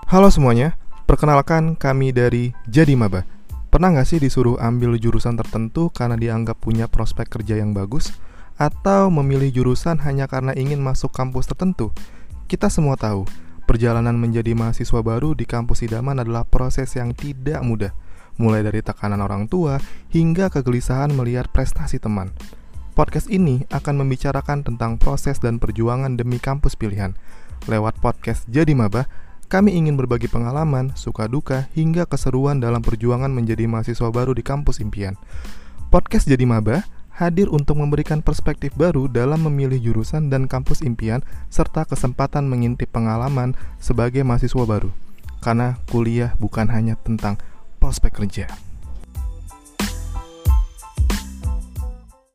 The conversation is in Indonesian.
Halo semuanya, perkenalkan kami dari Jadi Maba. Pernah nggak sih disuruh ambil jurusan tertentu karena dianggap punya prospek kerja yang bagus? Atau memilih jurusan hanya karena ingin masuk kampus tertentu? Kita semua tahu, perjalanan menjadi mahasiswa baru di kampus idaman adalah proses yang tidak mudah. Mulai dari tekanan orang tua, hingga kegelisahan melihat prestasi teman. Podcast ini akan membicarakan tentang proses dan perjuangan demi kampus pilihan. Lewat podcast Jadi Maba, kami ingin berbagi pengalaman, suka duka, hingga keseruan dalam perjuangan menjadi mahasiswa baru di kampus impian. Podcast Jadi Maba hadir untuk memberikan perspektif baru dalam memilih jurusan dan kampus impian, serta kesempatan mengintip pengalaman sebagai mahasiswa baru. Karena kuliah bukan hanya tentang prospek kerja.